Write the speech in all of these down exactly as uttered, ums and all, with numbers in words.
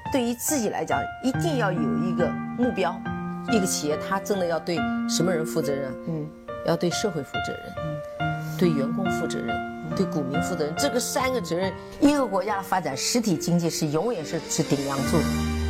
对于自己来讲，一定要有一个目标。一个企业，它真的要对什么人负责任？嗯，要对社会负责任，嗯，对员工负责任，对股民负责任。这个三个责任，一个国家的发展，实体经济是永远是是顶梁柱。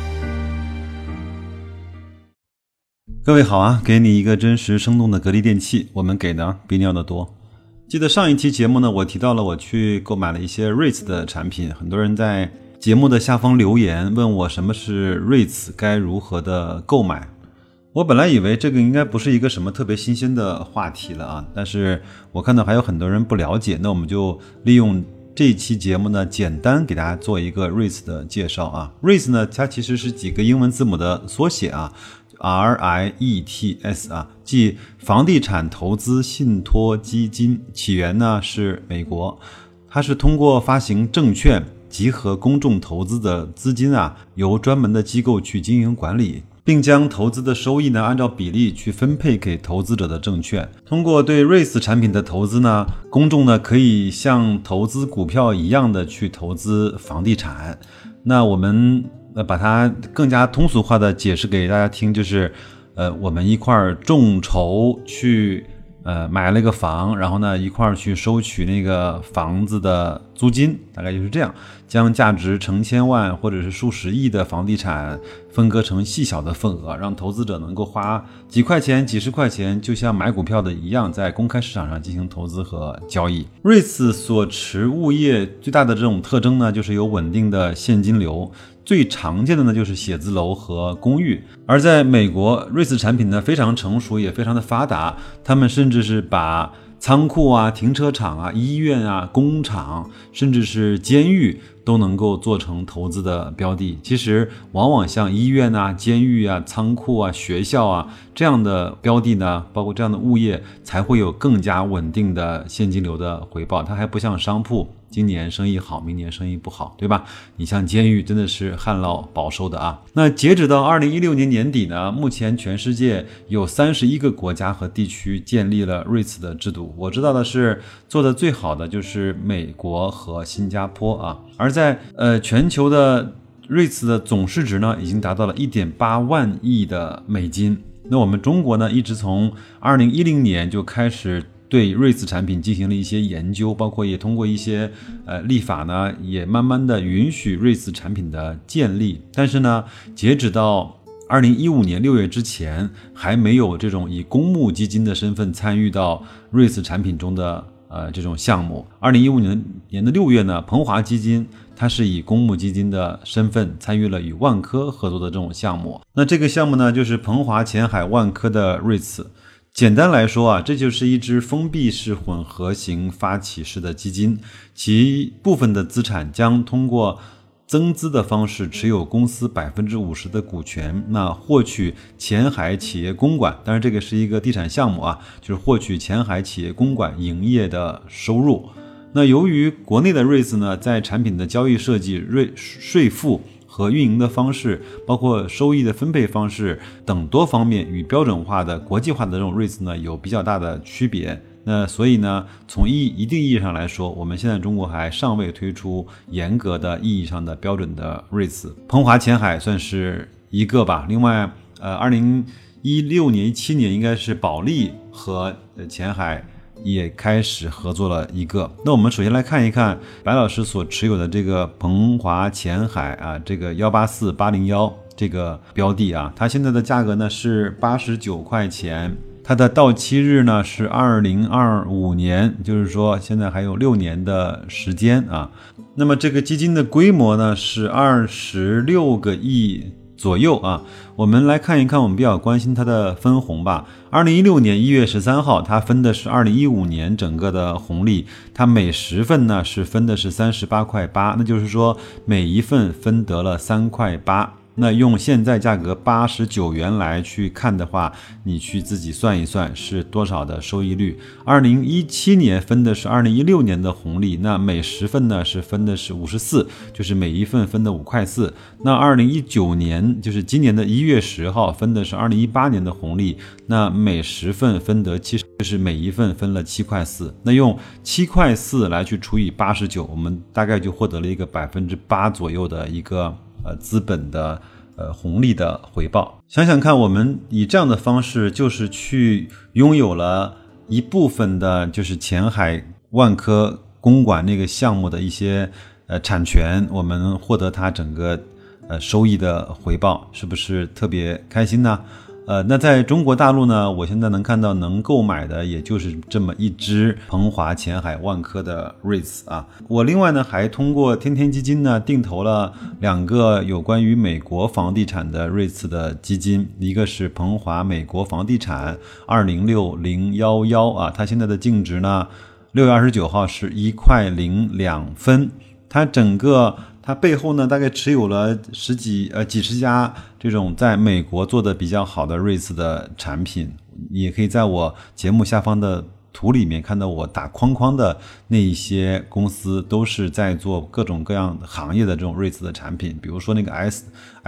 各位好啊，给你一个真实生动的格力电器，我们给的比你要的多。记得上一期节目呢，我提到了我去购买了一些 R E I T S 的产品，很多人在节目的下方留言问我什么是 R E I T S， 该如何的购买。我本来以为这个应该不是一个什么特别新鲜的话题了啊，但是我看到还有很多人不了解，那我们就利用这一期节目呢，简单给大家做一个 R E I T S 的介绍啊。R E I T S 呢，它其实是几个英文字母的缩写啊 ，R I E T S 啊，即房地产投资信托基金，起源呢是美国，它是通过发行证券集合公众投资的资金啊，由专门的机构去经营管理，并将投资的收益呢按照比例去分配给投资者的证券。通过对 R E I T S 产品的投资呢，公众呢可以像投资股票一样的去投资房地产。那我们把它更加通俗化的解释给大家听，就是呃，我们一块众筹去呃买了个房，然后呢一块去收取那个房子的租金，大概就是这样，将价值成千万或者是数十亿的房地产分割成细小的份额，让投资者能够花几块钱几十块钱，就像买股票的一样，在公开市场上进行投资和交易。 R E I T S 所持物业最大的这种特征呢，就是有稳定的现金流，最常见的呢就是写字楼和公寓。而在美国 R E I T S 产品呢非常成熟也非常的发达，他们甚至是把仓库啊、停车场啊、医院啊、工厂，甚至是监狱都能够做成投资的标的。其实往往像医院啊、监狱啊、仓库啊、学校啊这样的标的呢，包括这样的物业，才会有更加稳定的现金流的回报。它还不像商铺，今年生意好，明年生意不好，对吧？你像监狱真的是旱涝保收的啊。那截止到二零一六年年底呢，目前全世界有三十一个国家和地区建立了 R E I T S 的制度。我知道的是做的最好的就是美国和新加坡啊。而在呃全球的 R E I T S 的总市值呢，已经达到了 一点八万亿的美金。那我们中国呢，一直从二零一零年就开始对 R E I T S 产品进行了一些研究，包括也通过一些呃立法呢，也慢慢的允许 R E I T S 产品的建立。但是呢，截止到二零一五年六月之前，还没有这种以公募基金的身份参与到 R E I T S 产品中的呃这种项目。二零一五年年的六月呢，鹏华基金它是以公募基金的身份参与了与万科合作的这种项目。那这个项目呢，就是鹏华前海万科的 R E I T S。简单来说啊，这就是一支封闭式混合型发起式的基金，其部分的资产将通过增资的方式持有公司 百分之五十 的股权，那获取前海企业公馆，当然这个是一个地产项目啊，就是获取前海企业公馆营业的收入。那由于国内的 R E I T S 呢，在产品的交易设计、税税负和运营的方式，包括收益的分配方式等多方面与标准化的国际化的这种 R E I T S 呢有比较大的区别。那所以呢，从一一定意义上来说，我们现在中国还尚未推出严格的意义上的标准的 R E I T S。鹏华前海算是一个吧，另外呃二零一六年一七年应该是保利和前海也开始合作了一个。那我们首先来看一看白老师所持有的这个鹏华前海啊，这个一八四八零一这个标的啊，它现在的价格呢是八十九块钱，它的到期日呢是二零二五年，就是说现在还有六年的时间啊。那么这个基金的规模呢是二十六个亿左右啊。我们来看一看我们比较关心它的分红吧。二零一六年一月十三号，它分的是二零一五年整个的红利，它每十份呢是分的是三十八块八，那就是说每一份分得了三块八。那用现在价格八十九元来去看的话，你去自己算一算是多少的收益率。二零一七年分的是二零一六年的红利，那每十份呢是分的是五十四，就是每一份分的五块四。那二零一九年就是今年的一月十号分的是二零一八年的红利，那每十份分得七十，就是每一份分了七块四。那用七块四来去除以八十九，我们大概就获得了一个百分之八左右的一个呃资本的呃红利的回报。想想看，我们以这样的方式就是去拥有了一部分的就是前海万科公馆那个项目的一些呃产权，我们获得它整个呃收益的回报，是不是特别开心呢？呃，那在中国大陆呢，我现在能看到能购买的也就是这么一只鹏华前海万科的 REITs 啊。我另外呢还通过天天基金呢定投了两个有关于美国房地产的 REITs 的基金，一个是鹏华美国房地产二零六零一一啊，它现在的净值呢六月二十九号是一块零两分，它整个它背后呢大概持有了十几呃几十家这种在美国做的比较好的 REITs 的产品，你也可以在我节目下方的图里面看到我打框框的那一些公司都是在做各种各样行业的这种 REITs 的产品，比如说那个 S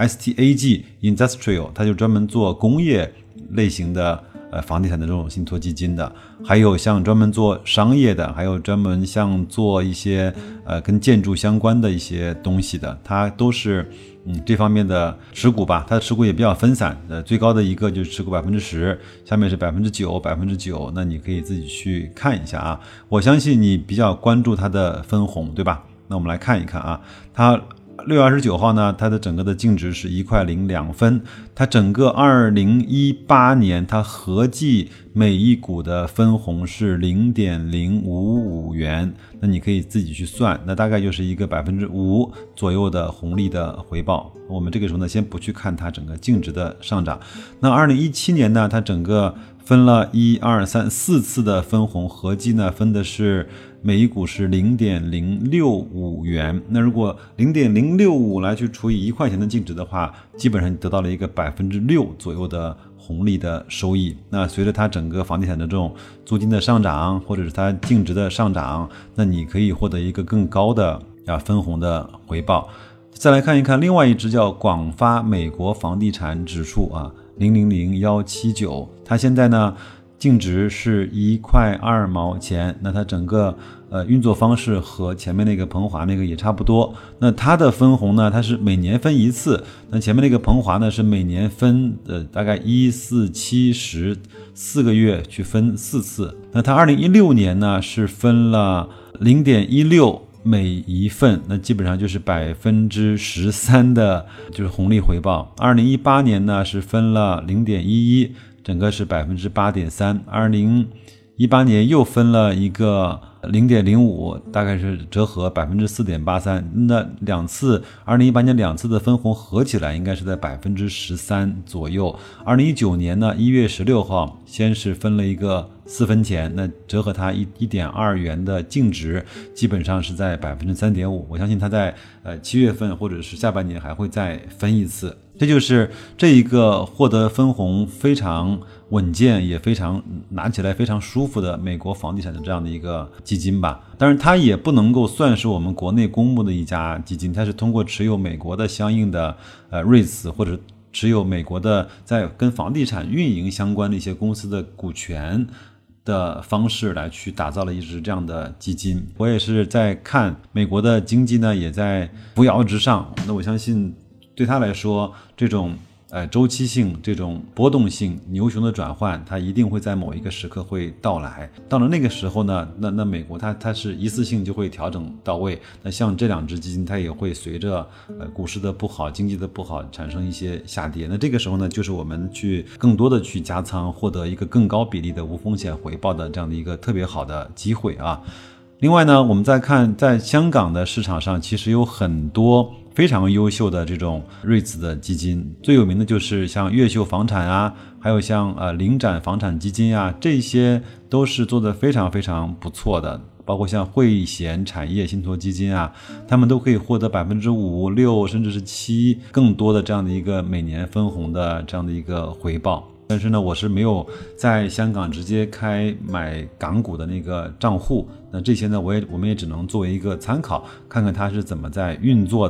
STAG Industrial， 它就专门做工业类型的呃，房地产的这种信托基金的，还有像专门做商业的，还有专门像做一些呃跟建筑相关的一些东西的，它都是嗯这方面的持股吧，它的持股也比较分散，呃最高的一个就是持股百分之十，下面是百分之九、百分之九，那你可以自己去看一下啊。我相信你比较关注它的分红，对吧？那我们来看一看啊，它六月二十九号呢，它的整个的净值是一块零两分，它整个二零一八年它合计每一股的分红是零点零五五元，那你可以自己去算，那大概就是一个百分之五左右的红利的回报。我们这个时候呢，先不去看它整个净值的上涨。那二零一七年呢，它整个分了一二三四次的分红，合计呢分的是每一股是零点零六五元。那如果零点零六五来去除以一块钱的净值的话，基本上你得到了一个百分之六左右的红利的收益。那随着它整个房地产的这种租金的上涨，或者是它净值的上涨，那你可以获得一个更高的啊分红的回报。再来看一看另外一只叫广发美国房地产指数啊，零零零一七九，它现在呢净值是一块二毛钱，那它整个呃运作方式和前面那个鹏华那个也差不多。那它的分红呢，它是每年分一次，那前面那个鹏华呢是每年分呃大概一四七十四个月去分四次。那它二零一六年呢是分了零点一六。每一份，那基本上就是百分之十三的，就是红利回报。二零一八年呢是分了零点一一，整个是百分之八点三。二零一八年又分了一个零点零五，大概是折合百分之四点八三。那两次，二零一八年两次的分红合起来应该是在百分之十三左右。二零一九年呢，一月十六号先是分了一个四分钱，那折合它一一点二元的净值，基本上是在百分之三点五。我相信它在呃七月份或者是下半年还会再分一次。这就是这一个获得分红非常稳健，也非常拿起来非常舒服的美国房地产的这样的一个基金吧。当然，它也不能够算是我们国内公募的一家基金，它是通过持有美国的相应的呃 REITs 或者持有美国的在跟房地产运营相关的一些公司的股权的方式来去打造了一支这样的基金。我也是在看美国的经济呢也在扶摇直上，那我相信对他来说这种呃周期性这种波动性牛熊的转换，它一定会在某一个时刻会到来。到了那个时候呢，那那美国它它是一次性就会调整到位。那像这两只基金，它也会随着呃股市的不好、经济的不好产生一些下跌。那这个时候呢，就是我们去更多的去加仓，获得一个更高比例的无风险回报的这样的一个特别好的机会啊。另外呢，我们再看在香港的市场上，其实有很多非常优秀的这种 REITs 的基金，最有名的就是像越秀房产啊，还有像呃领展房产基金啊，这些都是做得非常非常不错的。包括像汇贤产业信托基金啊，他们都可以获得百分之五、六甚至是七更多的这样的一个每年分红的这样的一个回报。但是呢，我是没有在香港直接开买港股的那个账户，那这些呢，我也我们也只能作为一个参考，看看它是怎么在运作的。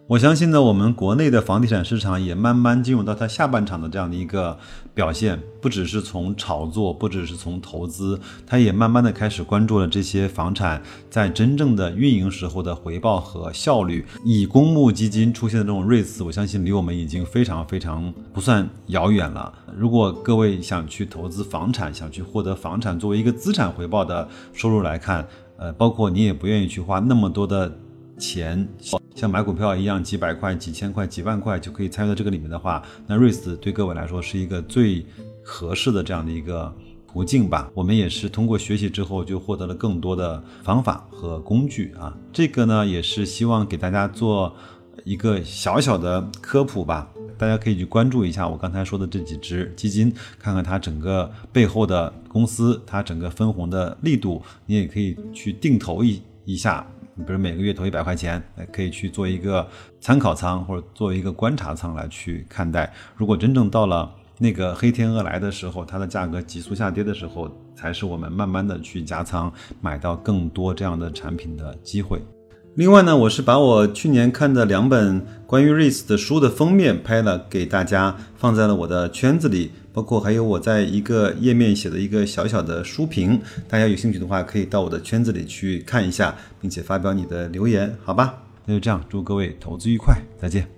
我相信呢，我们国内的房地产市场也慢慢进入到它下半场的这样的一个表现，不只是从炒作，不只是从投资，它也慢慢的开始关注了这些房产在真正的运营时候的回报和效率。以公募基金出现的这种 REITs， 我相信离我们已经非常非常不算遥远了。如果各位想去投资房产，想去获得房产作为一个资产回报的收入来看，呃，包括你也不愿意去花那么多的钱，像买股票一样几百块几千块几万块就可以参与到这个里面的话，那 REITs 对各位来说是一个最合适的这样的一个途径吧。我们也是通过学习之后就获得了更多的方法和工具啊，这个呢也是希望给大家做一个小小的科普吧，大家可以去关注一下我刚才说的这几只基金，看看它整个背后的公司，它整个分红的力度，你也可以去定投一一下，比如每个月投一百块钱，可以去做一个参考仓或者做一个观察仓来去看待。如果真正到了那个黑天鹅来的时候，它的价格急速下跌的时候，才是我们慢慢的去加仓买到更多这样的产品的机会。另外呢，我是把我去年看的两本关于 REITs 的书的封面拍了给大家，放在了我的圈子里，包括还有我在一个页面写的一个小小的书评，大家有兴趣的话可以到我的圈子里去看一下，并且发表你的留言，好吧？那就这样，祝各位投资愉快，再见。